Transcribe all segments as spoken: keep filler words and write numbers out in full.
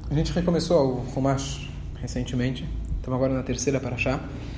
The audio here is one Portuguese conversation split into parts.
A gente recomeçou o Humash recentemente. Estamos agora na terceira Parashá.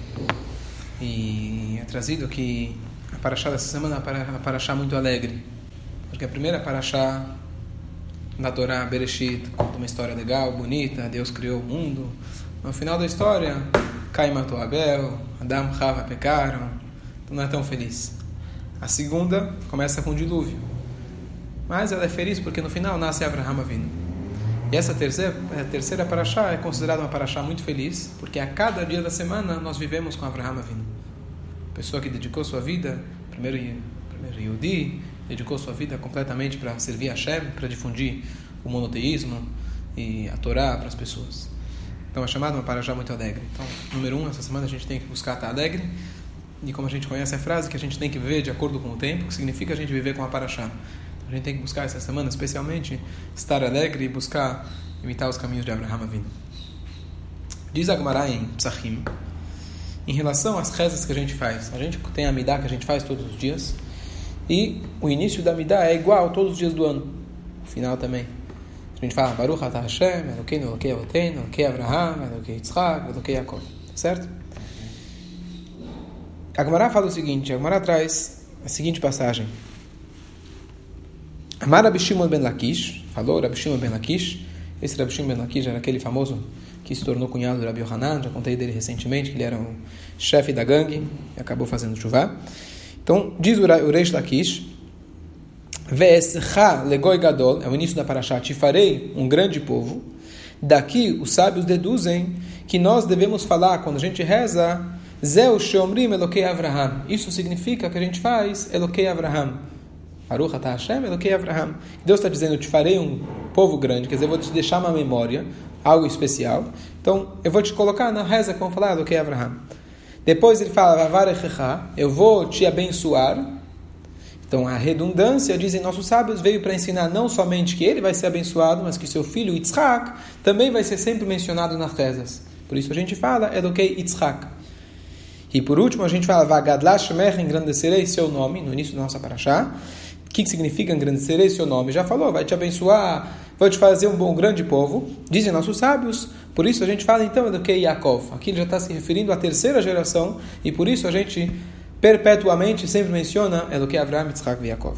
E é trazido que a Parashá dessa semana é uma Parashá muito alegre. Porque a primeira Parashá da Torá, Bereshit, conta uma história legal, bonita. Deus criou o mundo. No final da história, Caim matou Abel, Adam e Chava pecaram. Então não é tão feliz. A segunda começa com o dilúvio. Mas ela é feliz porque no final nasce Avraham Avinu. E essa terceira, a terceira Parashá é considerada uma Parashá muito feliz, porque a cada dia da semana nós vivemos com Avraham Avinu. Pessoa que dedicou sua vida, primeiro, primeiro Yehudi, dedicou sua vida completamente para servir a Hashem, para difundir o monoteísmo e a Torá para as pessoas. Então é chamada uma Parashá muito alegre. Então, número um, essa semana a gente tem que buscar estar alegre. E como a gente conhece a frase, que a gente tem que viver de acordo com o tempo, que significa a gente viver com a Parashá. A gente tem que buscar essa semana, especialmente, estar alegre e buscar imitar os caminhos de Avraham Avinu. Diz a Gemara em Psachim, em relação às rezas que a gente faz. A gente tem a Amidah que a gente faz todos os dias, e o início da Amidah é igual todos os dias do ano. O final também. A gente fala, Baruch atah Hashem, Elokeinu Elokei Avoteinu, Elokei Avraham, Elokei Yitzchak, Elokei Yaakov. Certo? A Gemara fala o seguinte, a Gemara traz a seguinte passagem. Amar Rabi Shimon ben Lakish, falou Rabi Shimon ben Lakish, esse Rabi Shimon ben Lakish era aquele famoso que se tornou cunhado do Rabi Yohanan, já contei dele recentemente, que ele era o chefe da gangue e acabou fazendo chuvá. Então, diz o Reish Lakish, Ve'escha legoi gadol, é o início da Parashá, te farei um grande povo. Daqui os sábios deduzem que nós devemos falar, quando a gente reza, Zeu sheomrim Elokei Avraham. Isso significa que a gente faz Elokei Avraham. Baruch atah Hashem, Elokei Avraham. Deus está dizendo, eu te farei um povo grande, quer dizer, eu vou te deixar uma memória, algo especial. Então, eu vou te colocar na reza que vamos falar, Elokei Avraham. Depois ele fala, Vavarechecha, eu vou te abençoar. Então, a redundância, dizem nossos sábios, veio para ensinar não somente que ele vai ser abençoado, mas que seu filho Yitzchak também vai ser sempre mencionado nas rezas. Por isso a gente fala, Elokei Yitzchak. E por último, a gente fala, Vagadla Shemech, engrandecerei seu nome, no início da nossa Parashá. O que significa engrandecerei seu nome? Já falou, vai te abençoar, vai te fazer um bom, grande povo. Dizem nossos sábios, por isso a gente fala então Elokei Yaakov. Aqui ele já está se referindo à terceira geração, e por isso a gente perpetuamente sempre menciona Elokei Avraham, Yitzchak e Yaakov.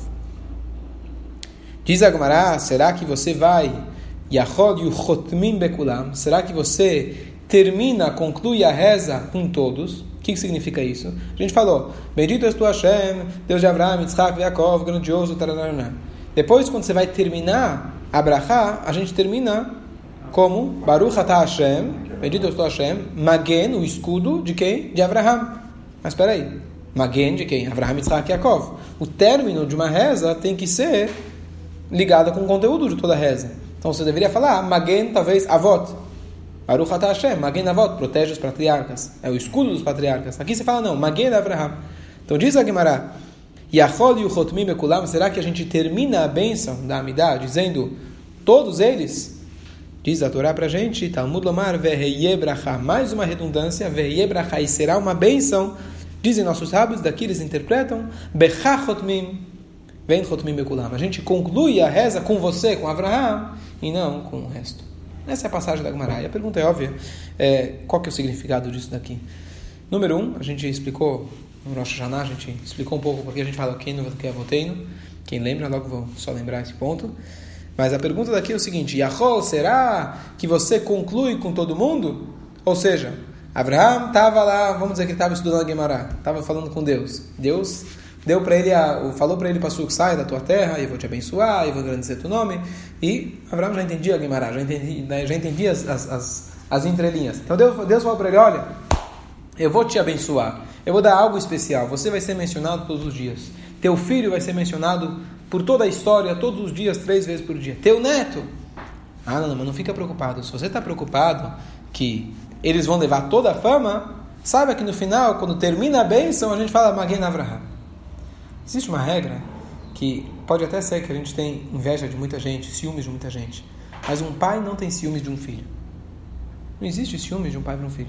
Diz a Gemara, será que você vai, Yachod Yuchotmim Bekulam, será que você termina, conclui a reza com todos? O que, que significa isso? A gente falou, bendito és tu Hashem, Deus de Avraham, Yitzchak, Yaakov, grandioso, tararana. Depois, quando você vai terminar a brachá, a gente termina como Baruch atah Hashem, bendito és tu Hashem, Magen, o escudo de quem? De Avraham. Mas espera aí, Magen de quem? Avraham, Yitzchak, Yaakov. O término de uma reza tem que ser ligado com o conteúdo de toda a reza. Então você deveria falar, Magen, talvez, Avot. Baruch atah Hashem, Magen Avot, protege os patriarcas. É o escudo dos patriarcas. Aqui você fala não, Magen Avraham. Então diz a Gemara, Yachol Yuchotmim Bekulam, será que a gente termina a bênção da Amidah dizendo todos eles? Diz a Torá pra gente, Talmud Lomar, Veheye Bracha, mais uma redundância, Veheye Bracha, e será uma bênção. Dizem nossos sábios, daqui eles interpretam, Bechachotmim, Ven Chotmim Bekulam. A gente conclui a reza com você, com Avraham, e não com o resto. Essa é a passagem da Gemara. E a pergunta é óbvia. É, qual que é o significado disso daqui? Número um, a gente explicou, no Rosh Hashanah, a gente explicou um pouco porque a gente fala quem não quer voteino. Quem lembra, logo vou só lembrar esse ponto. Mas a pergunta daqui é o seguinte, Yachol, será que você conclui com todo mundo? Ou seja, Avraham estava lá, vamos dizer que ele estava estudando a Gemara, estava falando com Deus. Deus deu para ele, a, falou para ele, Passuk, sai da tua terra, eu vou te abençoar, eu vou agradecer teu nome. E Avraham já entendia a Gemara, já entendia, já entendia as, as, as entrelinhas. Então Deus, Deus falou para ele, olha, eu vou te abençoar, eu vou dar algo especial, você vai ser mencionado todos os dias. Teu filho vai ser mencionado por toda a história, todos os dias, três vezes por dia. Teu neto. Ah, não, não, mas não fica preocupado. Se você está preocupado que eles vão levar toda a fama, saiba que no final, quando termina a bênção, a gente fala Magen Avraham. Existe uma regra que pode até ser que a gente tem inveja de muita gente, ciúmes de muita gente, mas um pai não tem ciúmes de um filho. Não existe ciúmes de um pai para um filho.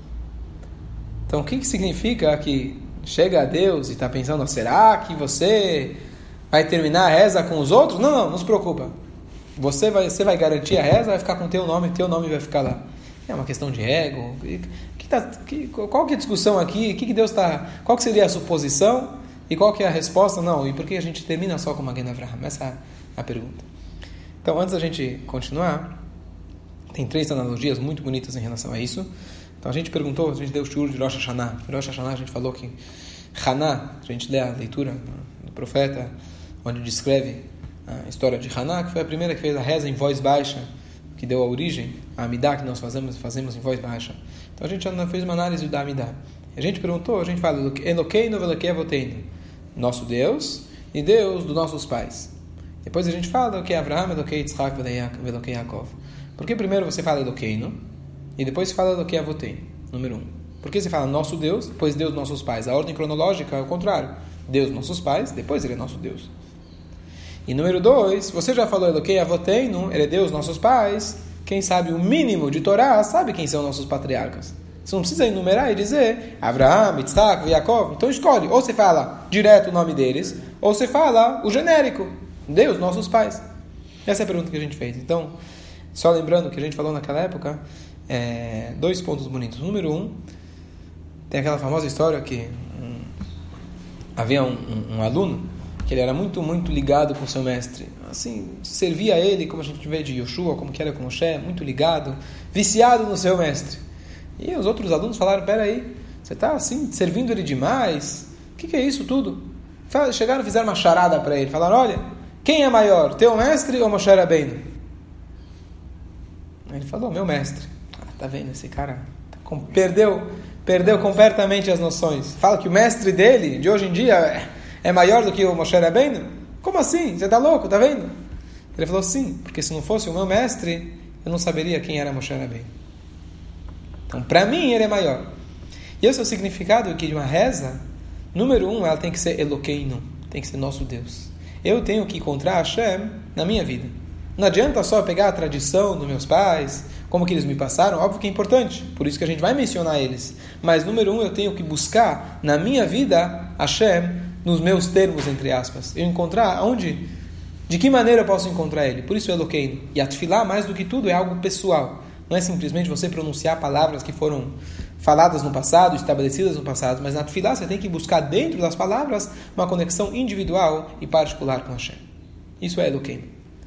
Então, o que, que significa que chega a Deus e está pensando, será que você vai terminar a reza com os outros? Não, não, não se preocupa. Você vai, você vai garantir a reza, vai ficar com o teu nome, teu nome vai ficar lá. É uma questão de ego. Que tá, que, qual que é a discussão aqui? Que que Deus tá, qual que seria a suposição e qual que é a resposta? Não, e por que a gente termina só com Magen Avraham? Essa é a pergunta. Então, antes da gente continuar, tem três analogias muito bonitas em relação a isso. Então, a gente perguntou, a gente deu o shiur de Rosh Hashanah. Em Rosh Hashanah a gente falou que Haná, a gente lê a leitura do profeta, onde descreve a história de Haná, que foi a primeira que fez a reza em voz baixa, que deu a origem à Amidah, que nós fazemos, fazemos em voz baixa. Então a gente já fez uma análise da Amidah. A gente perguntou, a gente fala, Elokeinu ve'Elokei avoteinu, nosso Deus e Deus dos nossos pais. Depois a gente fala, Elokei Avraham, Elokei Yitzchak ve'Elokei Yaakov. Por que primeiro você fala Elokeinu e depois você fala Elokei avoteinu, número um? Por que você fala nosso Deus, depois Deus dos nossos pais? A ordem cronológica é o contrário. Deus dos nossos pais, depois ele é nosso Deus. E número dois, você já falou Elokei avoteinu, ele é Deus dos nossos pais. Quem sabe o mínimo de Torá sabe quem são nossos patriarcas. Você não precisa enumerar e dizer Avraham, Yitzchak, Yaakov. Então escolhe, ou você fala direto o nome deles, ou você fala o genérico, Deus, nossos pais. Essa é a pergunta que a gente fez. Então, só lembrando que a gente falou naquela época, é, dois pontos bonitos. Número um, tem aquela famosa história que um, havia um, um, um aluno que ele era muito, muito ligado com seu mestre. Assim, servia a ele, como a gente vê de Yoshua, como que era com Moshe, muito ligado, viciado no seu mestre. E os outros alunos falaram, peraí, você está assim, servindo ele demais? O que, que é isso tudo? Chegaram e fizeram uma charada para ele. Falaram, olha, quem é maior, teu mestre ou Moshe Rabbeinu? Ele falou, meu mestre. Ah, tá vendo, esse cara perdeu, perdeu completamente as noções. Fala que o mestre dele, de hoje em dia, é, é maior do que o Moshe Rabbeinu? Como assim? Você está louco, tá vendo? Ele falou, sim, porque se não fosse o meu mestre, eu não saberia quem era Moshe Rabbeinu. Então, para mim, ele é maior. E esse é o significado que de uma reza, número um, ela tem que ser Elokeinu, tem que ser nosso Deus. Eu tenho que encontrar Hashem na minha vida. Não adianta só pegar a tradição dos meus pais, como que eles me passaram, óbvio que é importante, por isso que a gente vai mencionar eles. Mas, número um, eu tenho que buscar na minha vida Hashem nos meus termos, entre aspas. Eu encontrar onde, de que maneira eu posso encontrar ele. Por isso eu Elokeinu. E a tefilá, mais do que tudo, é algo pessoal. Não é simplesmente você pronunciar palavras que foram faladas no passado, estabelecidas no passado, mas na tefilá você tem que buscar dentro das palavras uma conexão individual e particular com Hashem. Isso é Elokeinu.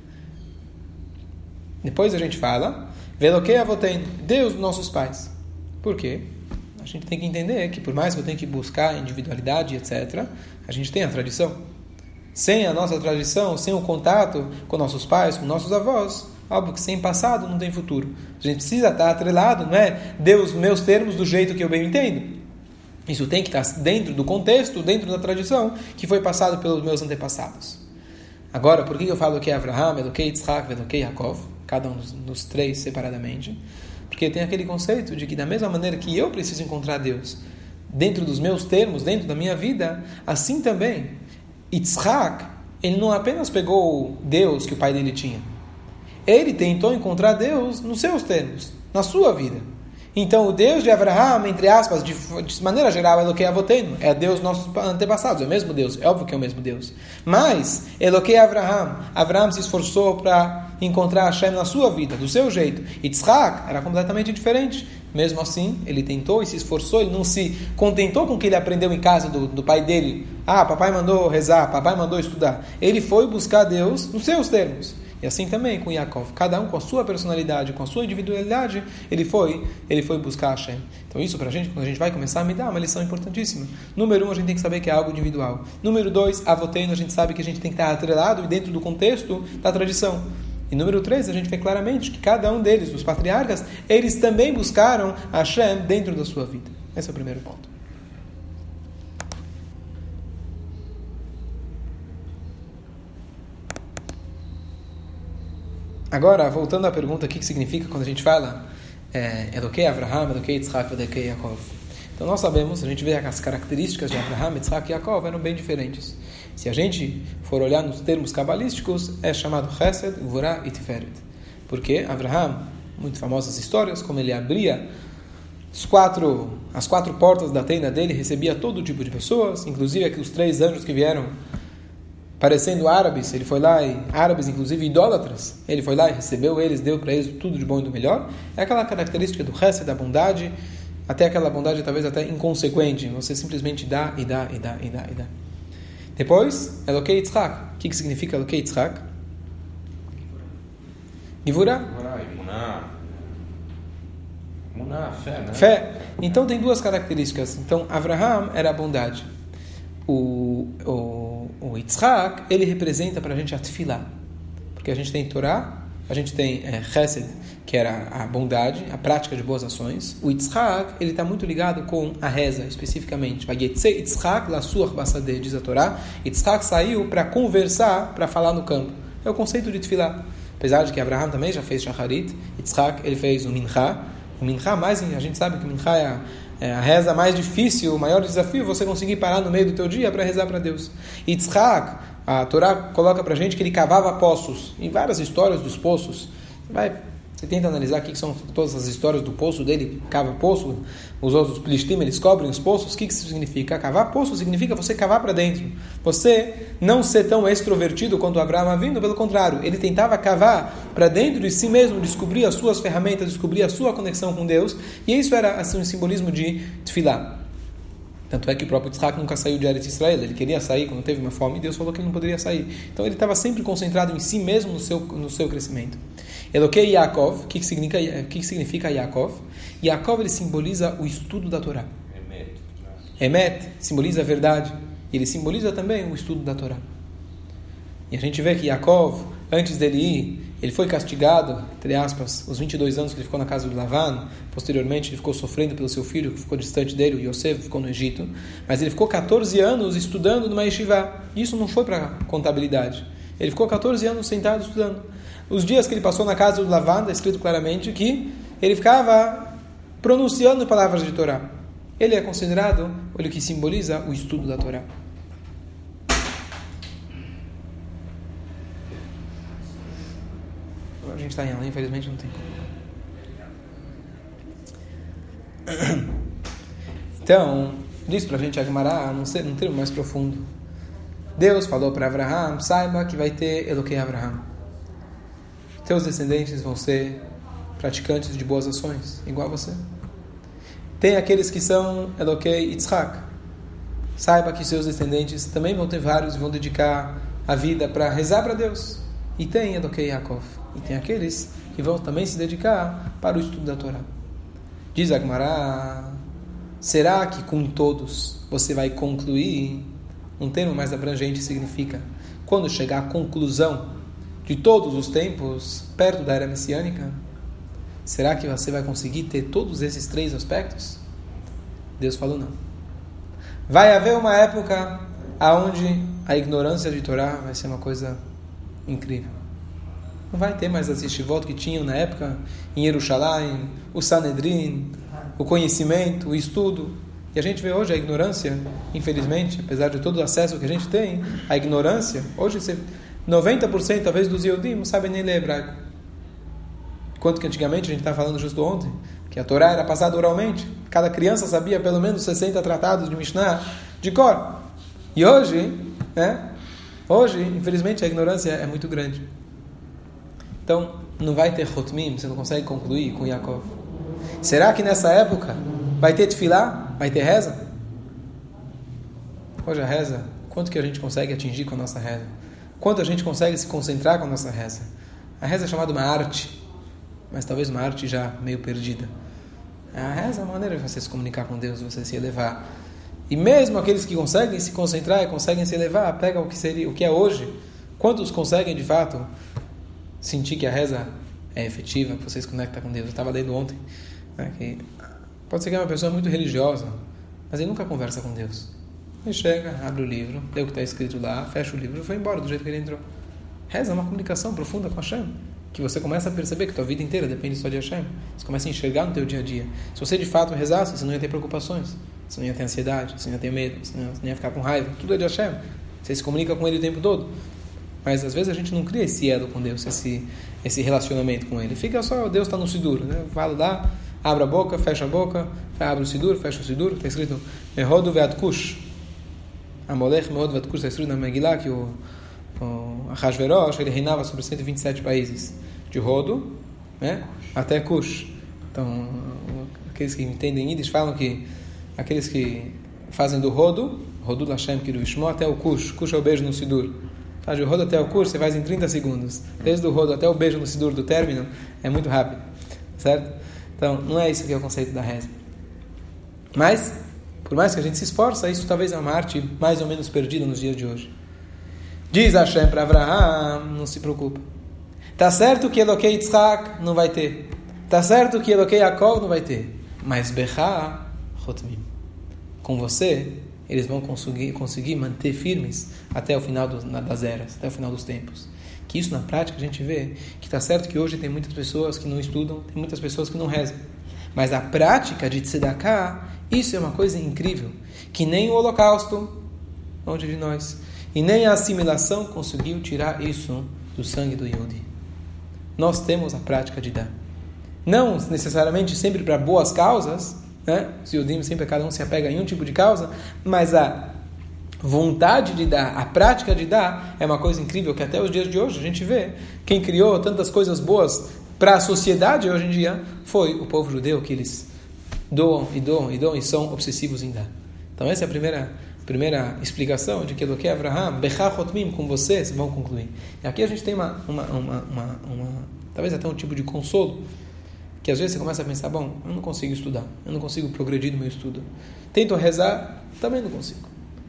Depois a gente fala, Ve'Elokei avoteinu, Deus dos nossos pais. Por quê? A gente tem que entender que por mais que eu tenha que buscar individualidade, etcétera, a gente tem a tradição. Sem a nossa tradição, sem o contato com nossos pais, com nossos avós, óbvio que sem passado não tem futuro. A gente precisa estar atrelado, não é? Deus, meus termos, do jeito que eu bem entendo. Isso tem que estar dentro do contexto, dentro da tradição que foi passado pelos meus antepassados. Agora, por que eu falo que é Avraham, Elokei Yitzchak, Elokei Yaakov, cada um dos, dos três separadamente? Porque tem aquele conceito de que da mesma maneira que eu preciso encontrar Deus dentro dos meus termos, dentro da minha vida, assim também, Yitzchak, ele não apenas pegou Deus que o pai dele tinha. Ele tentou encontrar Deus nos seus termos, na sua vida. Então, o Deus de Avraham, entre aspas, de, de maneira geral, Elokei avoteinu, é Deus dos nossos antepassados, é o mesmo Deus, é óbvio que é o mesmo Deus. Mas, Elokei Avraham, Avraham se esforçou para encontrar Hashem na sua vida, do seu jeito. Yitzchak era completamente diferente. Mesmo assim, ele tentou e se esforçou, ele não se contentou com o que ele aprendeu em casa do, do pai dele. Ah, papai mandou rezar, papai mandou estudar. Ele foi buscar Deus nos seus termos. E assim também com Yaakov, cada um com a sua personalidade, com a sua individualidade, ele foi, ele foi buscar Hashem. Então isso pra gente, quando a gente vai começar a me dar uma lição importantíssima. Número um, a gente tem que saber que é algo individual. Número dois, avoteinu, a gente sabe que a gente tem que estar atrelado e dentro do contexto da tradição. E número três, a gente vê claramente que cada um deles, os patriarcas, eles também buscaram Hashem dentro da sua vida. Esse é o primeiro ponto. Agora, voltando à pergunta, o que significa quando a gente fala é, Elokei Avraham, Elokei Yitzchak, Elokei Yaakov. Então nós sabemos, a gente vê que as características de Avraham, Yitzchak e Yaakov eram bem diferentes. Se a gente for olhar nos termos cabalísticos, é chamado Chesed, Gvurah e Tiferet. Porque Avraham, muito famosas histórias, como ele abria os quatro, as quatro portas da tenda dele, recebia todo tipo de pessoas, inclusive aqueles três anjos que vieram parecendo árabes, ele foi lá, e árabes inclusive idólatras, ele foi lá e recebeu eles, deu para eles tudo de bom e do melhor. É aquela característica do resto da bondade, até aquela bondade talvez até inconsequente, você simplesmente dá e dá e dá e dá e dá. Depois, Elokei Yitzhak. O que, que significa Elokei Yitzhak? Givura? Fé, né? Fé. Então tem duas características. Então, Avraham era a bondade. O, o, o Yitzhak, ele representa para a gente a Tfilah. Porque a gente tem Torá, a gente tem é, Chesed, que era a bondade, a prática de boas ações. O Yitzhak, ele está muito ligado com a reza, especificamente. Yitzhak lasuach basadeh, diz a Torá. Yitzhak saiu para conversar, para falar no campo. É o conceito de Tfilah. Apesar de que Abraham também já fez Shacharit, Yitzhak, ele fez o Mincha. O Mincha, mais, a gente sabe que o Mincha é a, é a reza mais difícil, o maior desafio é você conseguir parar no meio do teu dia para rezar para Deus. Yitzhak, a Torá coloca para a gente que ele cavava poços. Em várias histórias dos poços, vai... Você tenta analisar o que são todas as histórias do poço dele, cava poço, os outros Plishtim, eles cobrem os poços. O que isso significa? Cavar poço significa você cavar para dentro. Você não ser tão extrovertido quanto Abraão Avinu, pelo contrário, ele tentava cavar para dentro de si mesmo, descobrir as suas ferramentas, descobrir a sua conexão com Deus, e isso era assim, um simbolismo de Tfilah. Tanto é que o próprio Yitzhak nunca saiu de Eretz Israel, ele queria sair quando teve uma fome, e Deus falou que ele não poderia sair. Então ele estava sempre concentrado em si mesmo, no seu, no seu crescimento. Elokei Yaakov, o que, que, significa, que, que significa Yaakov? Yaakov, ele simboliza o estudo da Torá. Emet. Emet simboliza a verdade, ele simboliza também o estudo da Torá. E a gente vê que Yaakov, antes dele ir, ele foi castigado, entre aspas, os vinte e dois anos que ele ficou na casa de Lavan. Posteriormente ele ficou sofrendo pelo seu filho, que ficou distante dele, o Yosef, ficou no Egito. Mas ele ficou catorze anos estudando numa yeshiva. Isso não foi para contabilidade. Ele ficou catorze anos sentado estudando. Os dias que ele passou na casa de Lavan, está escrito claramente que ele ficava pronunciando palavras de Torá. Ele é considerado o que simboliza o estudo da Torá. A gente está em aula, infelizmente não tem como. Então, diz para a gente Agmará, num termo mais profundo. Deus falou para Abraham, saiba que vai ter Elokei Abraham. Teus descendentes vão ser praticantes de boas ações, igual você. Tem aqueles que são Elokei Yitzhak. Saiba que seus descendentes também vão ter vários e vão dedicar a vida para rezar para Deus. E tem Elokei Yaakov. E tem aqueles que vão também se dedicar para o estudo da Torá. Diz Agmará, será que com todos você vai concluir? Um termo mais abrangente significa quando chegar à conclusão de todos os tempos, perto da era messiânica, será que você vai conseguir ter todos esses três aspectos? Deus falou não. Vai haver uma época onde a ignorância de Torá vai ser uma coisa incrível. Não vai ter mais as yeshivot que tinham na época em Jerusalém, o Sanedrin, o conhecimento, o estudo. E a gente vê hoje a ignorância, infelizmente, apesar de todo o acesso que a gente tem, a ignorância, hoje noventa por cento talvez dos Yehudim não sabem nem ler hebraico. Enquanto que antigamente, a gente estava falando justo ontem, que a Torá era passada oralmente, cada criança sabia pelo menos sessenta tratados de Mishnah de cor. E hoje, né? Hoje, infelizmente, a ignorância é muito grande. Então, não vai ter Chotmim, você não consegue concluir com Yaakov. Será que nessa época vai ter Tfilah? Vai ter reza? Hoje a reza, quanto que a gente consegue atingir com a nossa reza? Quanto a gente consegue se concentrar com a nossa reza? A reza é chamada uma arte, mas talvez uma arte já meio perdida. A reza é uma maneira de você se comunicar com Deus, você se elevar. E mesmo aqueles que conseguem se concentrar e conseguem se elevar, pega o que seria, o que é hoje. Quantos conseguem de fato sentir que a reza é efetiva, que você se conecta com Deus? Eu estava lendo ontem, né, que pode ser que é uma pessoa muito religiosa, mas ele nunca conversa com Deus. Ele chega, abre o livro, lê o que está escrito lá, fecha o livro e foi embora do jeito que ele entrou. Reza é uma comunicação profunda com Hashem, que você começa a perceber que tua vida inteira depende só de Hashem. Você começa a enxergar no teu dia a dia. Se você de fato rezasse, você não ia ter preocupações, você não ia ter ansiedade, você não ia ter medo, você não ia ficar com raiva. Tudo é de Hashem. Você se comunica com Ele o tempo todo. Mas às vezes a gente não cria esse elo com Deus, esse, esse relacionamento com Ele. Fica só, Deus está no Sidur, né? Fala lá, abre a boca, fecha a boca, abre o Sidur, fecha o Sidur. Está escrito Mehodu ve'atkush. Amolech Mehodu ve'atkush. Está escrito na Megillah que o, o Ahasverosh, ele reinava sobre cento e vinte e sete países, de Rodo, né, até Cush. Então, aqueles que entendem Yiddish falam que aqueles que fazem do Rodo, Rodo Lashem Kiruvishmo, até o Cush, Cush é o beijo no Sidur. Faz do Rodo até o Cush, você faz em trinta segundos. Desde o Rodo até o beijo no Sidur do término, é muito rápido, certo? Então, não é isso que é o conceito da reza. Mas, por mais que a gente se esforça, isso talvez é uma arte mais ou menos perdida nos dias de hoje. Diz Hashem para Avraham, não se preocupa. Tá certo que Eloquei Yitzhak não vai ter. Tá certo que Eloquei Yaakov não vai ter. Mas Bechá Chotmim. Com você, eles vão conseguir, conseguir manter firmes até o final do, das eras, até o final dos tempos. Que isso na prática a gente vê que tá certo que hoje tem muitas pessoas que não estudam, tem muitas pessoas que não rezam. Mas a prática de tzedakah, isso é uma coisa incrível. Que nem o holocausto, longe de nós, e nem a assimilação conseguiu tirar isso do sangue do Yehudi. Nós temos a prática de dar. Não necessariamente sempre para boas causas, né? Os Yehudim sempre cada um se apega em um tipo de causa, mas a vontade de dar, a prática de dar, é uma coisa incrível que até os dias de hoje a gente vê. Quem criou tantas coisas boas para a sociedade hoje em dia foi o povo judeu, que eles doam e doam e doam e são obsessivos em dar. Então essa é a primeira, primeira explicação de que Eloquei Avraham, Bechá Chotmim, com vocês vão concluir. E aqui a gente tem uma, uma, uma, uma, uma, talvez até um tipo de consolo, que às vezes você começa a pensar, bom, eu não consigo estudar, eu não consigo progredir no meu estudo. Tento rezar, também não consigo.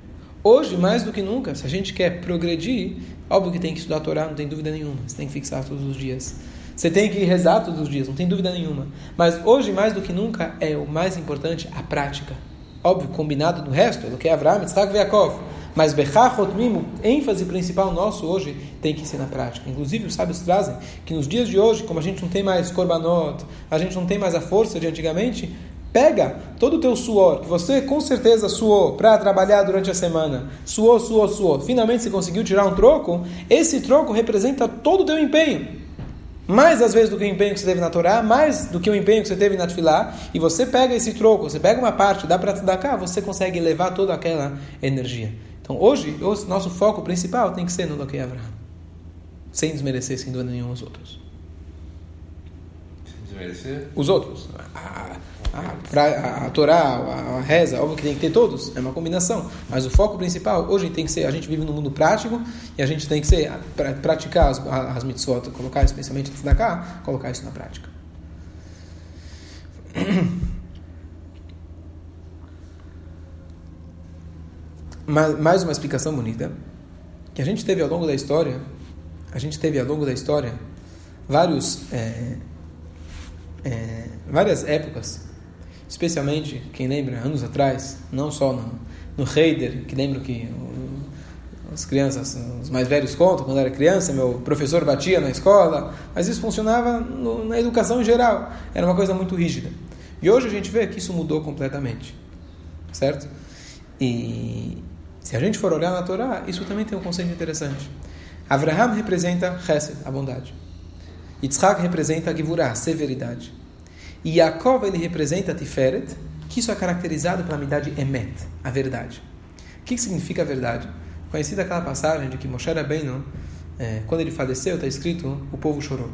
Hoje, mais do que nunca, se a gente quer progredir, óbvio que tem que estudar a Torá, não tem dúvida nenhuma. Você tem que fixar todos os dias. Você tem que rezar todos os dias, não tem dúvida nenhuma. Mas hoje, mais do que nunca, é o mais importante a prática. Óbvio, combinado do resto, do que é Avraham, Yitzhak e Yaakov. Mas Bechá Chotmim, o ênfase principal nosso hoje, tem que ser na prática. Inclusive, os sábios trazem que nos dias de hoje, como a gente não tem mais korbanot, a gente não tem mais a força de antigamente, pega todo o teu suor, que você com certeza suou para trabalhar durante a semana, suou, suou, suou, finalmente você conseguiu tirar um troco, esse troco representa todo o teu empenho. Mais às vezes do que o empenho que você teve na Torá, mais do que o empenho que você teve na Tefilá, e você pega esse troco, você pega uma parte, dá para te dar cá, você consegue levar toda aquela energia. Então hoje, o nosso foco principal tem que ser no Eloquei Avraham, sem desmerecer, sem dúvida nenhuma, os outros. Sem desmerecer? Os outros. A, a, a, a Torá, a, a reza, óbvio que tem que ter todos, é uma combinação. Mas o foco principal hoje tem que ser, a gente vive num mundo prático, e a gente tem que ser, pra, praticar as, as mitzvot, colocar especialmente na cá, colocar isso na prática. Mais uma explicação bonita, que a gente teve ao longo da história, a gente teve ao longo da história vários, é, é, várias épocas, especialmente, quem lembra, anos atrás, não só no, no Heider, que lembro que o, as crianças, os mais velhos contam, quando eu era criança, meu professor batia na escola, mas isso funcionava no, na educação em geral, era uma coisa muito rígida. E hoje a gente vê que isso mudou completamente, certo? E se a gente for olhar na Torá, isso também tem um conceito interessante. Avraham representa Chesed, a bondade. Yitzhak representa Givurah, a severidade. E Yaakov, ele representa Tiferet, que isso é caracterizado pela amidade Emet, a verdade. O que significa a verdade? Conhecida aquela passagem de que Moshe Rabbeinu, é, quando ele faleceu, está escrito, o povo chorou.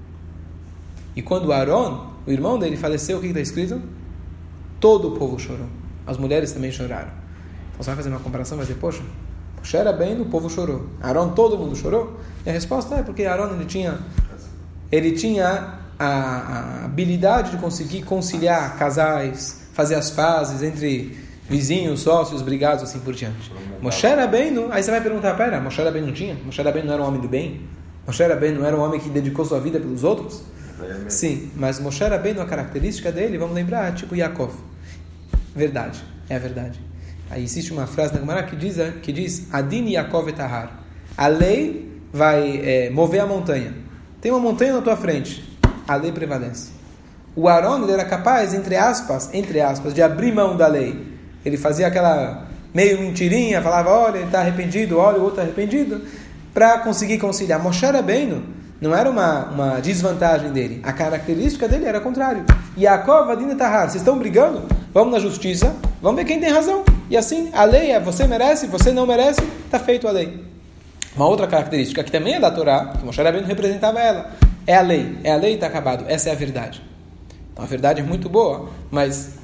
E quando Aaron, o irmão dele, faleceu, o que está escrito? Todo o povo chorou. As mulheres também choraram. Então você vai fazer uma comparação, vai dizer, poxa, Moshe Rabbeinu, o povo chorou. Aaron, todo mundo chorou? E a resposta é porque Aaron, ele tinha, ele tinha a, a habilidade de conseguir conciliar casais, fazer as pazes entre vizinhos, sócios, brigados, assim por diante. Moshe Rabbeinu, aí você vai perguntar, pera, Moshe Rabbeinu não tinha? Moshe Rabbeinu não era um homem do bem? Moshe Rabbeinu não era um homem que dedicou sua vida pelos outros? Sim, mas Moshe Rabbeinu, a característica dele, vamos lembrar, tipo Yaakov. Verdade, é a verdade. Aí existe uma frase na Gemara que diz, que diz Adin Yaakov etahar. A lei vai é, mover a montanha. Tem uma montanha na tua frente, a lei prevalece. O Aaron, ele era capaz, entre aspas, entre aspas, de abrir mão da lei. Ele fazia aquela meio mentirinha, falava, olha, ele está arrependido, olha, o outro está arrependido, para conseguir conciliar. Moshe Rabbeinu não era uma, uma desvantagem dele. A característica dele era o contrário. Yaakov Adin etahar. Vocês estão brigando? Vamos na justiça, vamos ver quem tem razão. E assim, a lei é, você merece, você não merece, está feito a lei. Uma outra característica que também é da Torá, que Moshe Rabbeinu representava ela, é a lei. É a lei e está acabado. Essa é a verdade. Então a verdade é muito boa, mas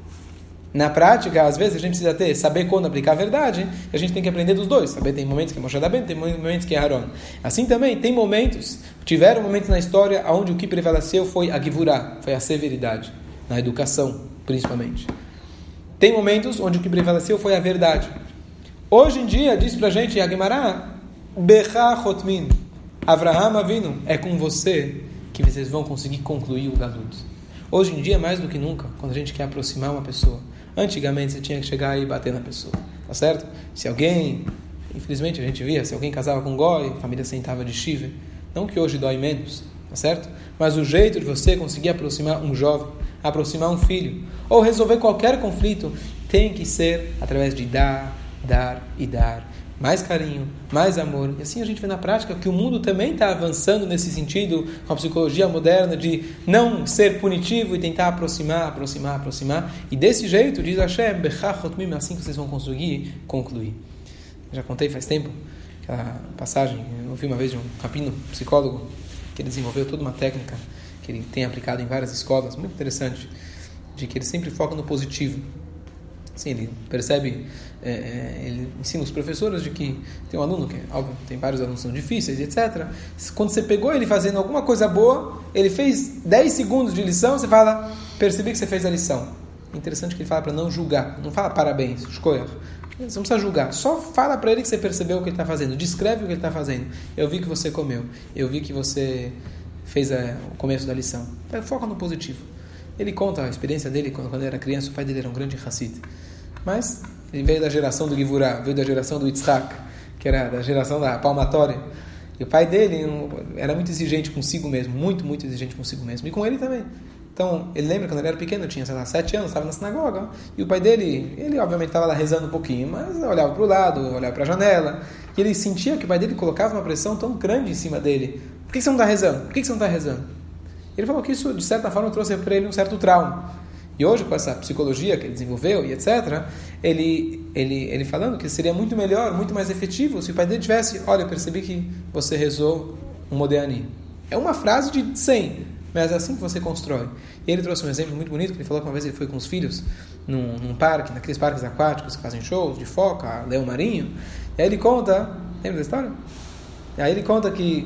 na prática, às vezes a gente precisa ter, saber quando aplicar a verdade, e a gente tem que aprender dos dois. Saber tem momentos que é Moshe Rabbeinu, tem momentos que é Aaron. Assim também, tem momentos, tiveram momentos na história onde o que prevaleceu foi a Givurá, foi a severidade, na educação, principalmente. Tem momentos onde o que prevaleceu foi a verdade. Hoje em dia, diz pra gente a Gemara, Becha Chotmin, Avraham Avinu, é com você que vocês vão conseguir concluir o Galut. Hoje em dia, mais do que nunca, quando a gente quer aproximar uma pessoa, antigamente você tinha que chegar e bater na pessoa, tá certo? Se alguém, infelizmente a gente via, se alguém casava com um goi, a família sentava de shiva, não que hoje dói menos, tá certo? Mas o jeito de você conseguir aproximar um jovem, aproximar um filho, ou resolver qualquer conflito, tem que ser através de dar, dar e dar. Mais carinho, mais amor. E assim a gente vê na prática que o mundo também está avançando nesse sentido, com a psicologia moderna, de não ser punitivo e tentar aproximar, aproximar, aproximar. E desse jeito, diz Hashem, assim que vocês vão conseguir concluir. Já contei faz tempo aquela passagem, eu ouvi uma vez de um rabino psicólogo, que ele desenvolveu toda uma técnica que ele tem aplicado em várias escolas, muito interessante, de que ele sempre foca no positivo. Sim, ele percebe, é, ele ensina os professores de que tem um aluno que, óbvio, tem vários alunos que são difíceis, etcétera. Quando você pegou ele fazendo alguma coisa boa, ele fez dez segundos de lição, você fala, percebi que você fez a lição. Interessante que ele fala para não julgar, não fala parabéns, escolha. Você não precisa julgar, só fala para ele que você percebeu o que ele está fazendo, descreve o que ele está fazendo. Eu vi que você comeu, eu vi que você fez a, o começo da lição. Foca no positivo. Ele conta a experiência dele quando, quando ele era criança, o pai dele era um grande Hassid. Mas ele veio da geração do Givurá, veio da geração do Yitzhak, que era da geração da palmatória. E o pai dele era muito exigente consigo mesmo, muito, muito exigente consigo mesmo. E com ele também. Então, ele lembra quando ele era pequeno, tinha, sei lá, sete anos, estava na sinagoga, e o pai dele, ele obviamente estava lá rezando um pouquinho, mas olhava para o lado, olhava para a janela, e ele sentia que o pai dele colocava uma pressão tão grande em cima dele. Por que você não está rezando? Por que você não está rezando? Ele falou que isso, de certa forma, trouxe para ele um certo trauma. E hoje, com essa psicologia que ele desenvolveu e etcétera, ele, ele, ele falando que seria muito melhor, muito mais efetivo, se o pai dele tivesse, olha, eu percebi que você rezou um Modéani. É uma frase de cem, mas é assim que você constrói. E ele trouxe um exemplo muito bonito, que ele falou que uma vez ele foi com os filhos num, num parque, naqueles parques aquáticos que fazem shows de foca, leão marinho. E aí ele conta, lembra da história? E aí ele conta que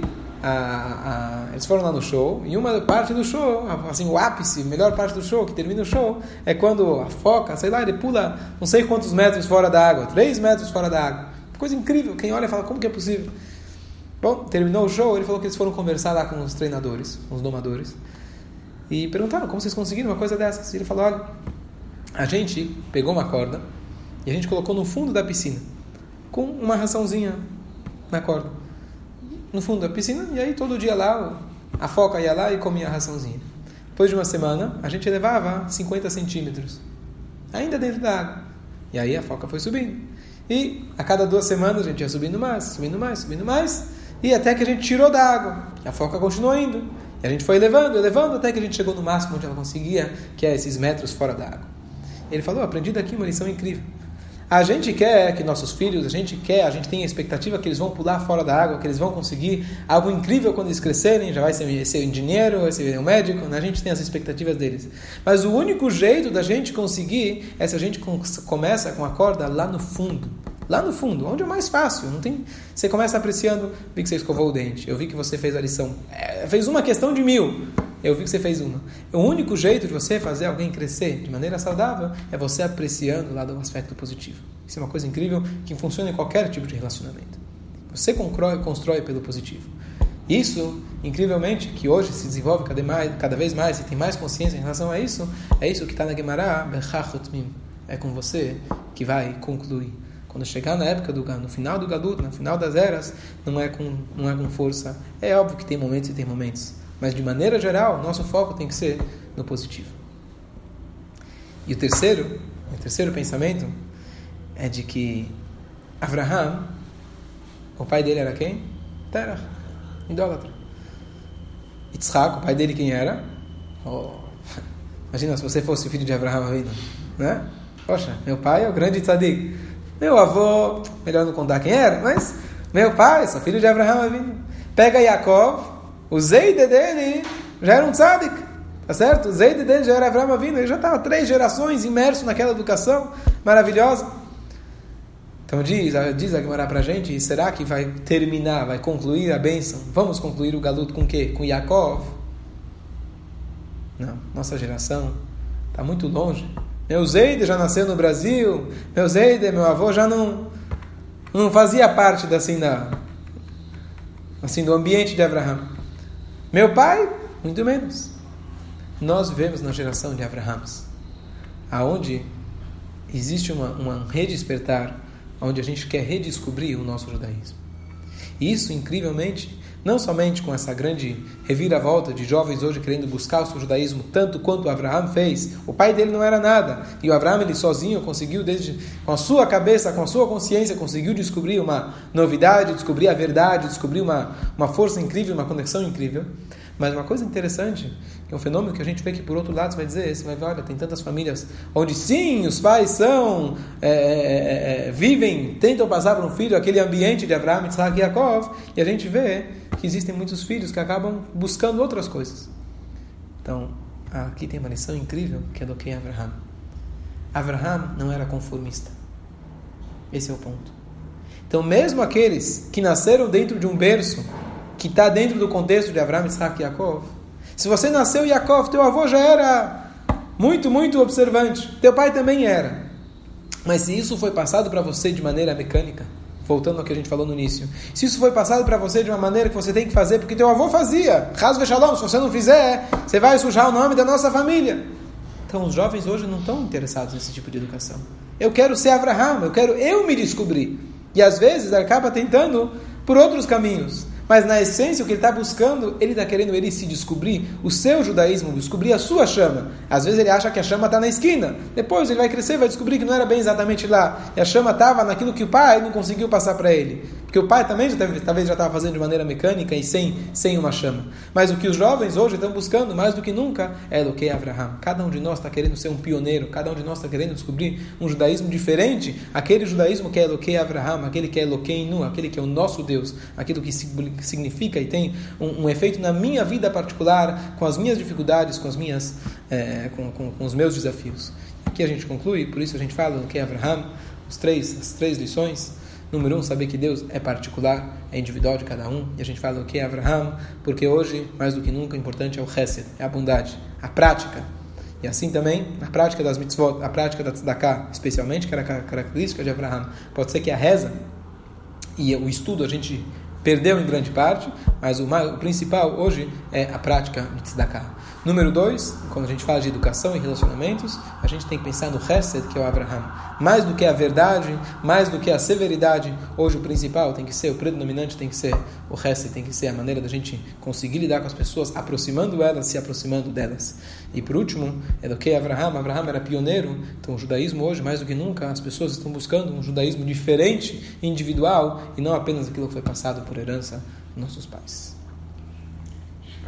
A, a, eles foram lá no show, e uma parte do show, assim, o ápice, a melhor parte do show, que termina o show, é quando a foca, sei lá, ele pula não sei quantos metros fora da água, três metros fora da água. Coisa incrível, quem olha fala, como que é possível? Bom, terminou o show, ele falou que eles foram conversar lá com os treinadores, com os domadores, e perguntaram como vocês conseguiram uma coisa dessas. E ele falou, olha, a gente pegou uma corda e a gente colocou no fundo da piscina, com uma raçãozinha na corda. No fundo da piscina, e aí todo dia lá, a foca ia lá e comia a raçãozinha. Depois de uma semana, a gente levava cinquenta centímetros, ainda dentro da água. E aí a foca foi subindo. E a cada duas semanas a gente ia subindo mais, subindo mais, subindo mais, e até que a gente tirou da água. A foca continuou indo. E a gente foi elevando, elevando, até que a gente chegou no máximo onde ela conseguia, que é esses metros fora da água. Ele falou, aprendi daqui uma lição incrível. A gente quer que nossos filhos, a gente quer, a gente tem a expectativa que eles vão pular fora da água, que eles vão conseguir algo incrível quando eles crescerem, já vai ser, ser um engenheiro, vai ser um médico, né? A gente tem as expectativas deles. Mas o único jeito da gente conseguir é se a gente começa com a corda lá no fundo. Lá no fundo, onde é mais fácil. Não tem... Você começa apreciando, vi que você escovou o dente, eu vi que você fez a lição, é, fez uma questão de mil, eu vi que você fez uma. O único jeito de você fazer alguém crescer de maneira saudável é você apreciando lá do aspecto positivo. Isso é uma coisa incrível que funciona em qualquer tipo de relacionamento. Você constrói, constrói pelo positivo. Isso, incrivelmente, que hoje se desenvolve cada, mais, cada vez mais e tem mais consciência em relação a isso, é isso que está na Gemara, é com você que vai concluir. Quando chegar na época do no final do Galut, no final das eras, não é com não é com força. É óbvio que tem momentos e tem momentos, mas de maneira geral, nosso foco tem que ser no positivo. E o terceiro, o terceiro pensamento é de que Avraham, o pai dele era quem? Terach, idólatra. Yitzhak, o pai dele quem era? Oh, imagina se você fosse o filho de Avraham, né? Poxa, meu pai é o grande tzadik. Meu avô, melhor não contar quem era, mas Meu pai, sou filho de Abraham Avinu. Pega Yaakov, o Zeide dele já era um tzadik, tá certo? O Zeide dele já era Abraham Avinu, ele já estava três gerações imerso naquela educação maravilhosa. Então diz, diz a Gemara pra gente, será que vai terminar, vai concluir a bênção? Vamos concluir o galuto com o quê? Com Yaakov? Não, nossa geração está muito longe. Meu Zeide já nasceu no Brasil, meu Zeide, meu avô já não, não fazia parte da, assim, da, assim, do ambiente de Abraham. Meu pai, muito menos. Nós vivemos na geração de Abraham, aonde existe uma, uma redespertar, onde a gente quer redescobrir o nosso judaísmo. E isso, incrivelmente, não somente com essa grande reviravolta de jovens hoje querendo buscar o seu judaísmo tanto quanto Abraham fez. O pai dele não era nada. E o Abraham, ele sozinho, conseguiu, desde, com a sua cabeça, com a sua consciência, conseguiu descobrir uma novidade, descobrir a verdade, descobrir uma, uma força incrível, uma conexão incrível. Mas uma coisa interessante, que é um fenômeno que a gente vê que por outro lado você vai dizer, você vai ver, olha, tem tantas famílias onde sim, os pais são, é, é, é, vivem, tentam passar para um filho aquele ambiente de Abraham, Yitzhak e Yaakov, e a gente vê que existem muitos filhos que acabam buscando outras coisas. Então, aqui tem uma lição incrível que é do que é Abraham. Abraham não era conformista. Esse é o ponto. Então, mesmo aqueles que nasceram dentro de um berço que está dentro do contexto de Abraham, Yitzhak e Yaakov. Se você nasceu Yaakov, teu avô já era muito, muito observante. Teu pai também era. Mas se isso foi passado para você de maneira mecânica, voltando ao que a gente falou no início, se isso foi passado para você de uma maneira que você tem que fazer, porque teu avô fazia, Chas v'Shalom, se você não fizer, você vai sujar o nome da nossa família. Então os jovens hoje não estão interessados nesse tipo de educação. Eu quero ser Abraham, eu quero eu me descobrir. E às vezes acaba tentando por outros caminhos. Mas na essência o que ele está buscando, ele está querendo ele se descobrir o seu judaísmo, descobrir a sua chama. Às vezes ele acha que a chama está na esquina. Depois ele vai crescer, vai descobrir que não era bem exatamente lá. E a chama estava naquilo que o pai não conseguiu passar para ele. Porque o pai também já teve, talvez já estava fazendo de maneira mecânica e sem, sem uma chama. Mas o que os jovens hoje estão buscando mais do que nunca é o que é Abraham. Cada um de nós está querendo ser um pioneiro. Cada um de nós está querendo descobrir um judaísmo diferente. Aquele judaísmo que é o que é Abraham, aquele que é Eloqueinu, aquele que é o nosso Deus, aquilo que significa e tem um, um efeito na minha vida particular, com as minhas dificuldades, com, as minhas, é, com, com, com os meus desafios. Aqui a gente conclui, por isso a gente fala do que é Abraham, os três, as três lições. Número um, saber que Deus é particular, é individual de cada um. E a gente fala do que é Abraham, porque hoje, mais do que nunca, o importante é o chesed, é a bondade, a prática. E assim também, a prática das mitzvot, a prática da tzedakah, especialmente, que era a característica de Abraham. Pode ser que a reza e o estudo a gente perdeu em grande parte, mas o, mais, o principal hoje é a prática de tzedakah. Número dois, quando a gente fala de educação e relacionamentos, a gente tem que pensar no chesed, que é o Abraham. Mais do que a verdade, mais do que a severidade, hoje o principal tem que ser, o predominante tem que ser o chesed, tem que ser a maneira da gente conseguir lidar com as pessoas, aproximando elas, se aproximando delas. E por último, é do que é Abraham. Abraham era pioneiro, então o judaísmo hoje, mais do que nunca, as pessoas estão buscando um judaísmo diferente, individual, e não apenas aquilo que foi passado por herança dos nossos pais.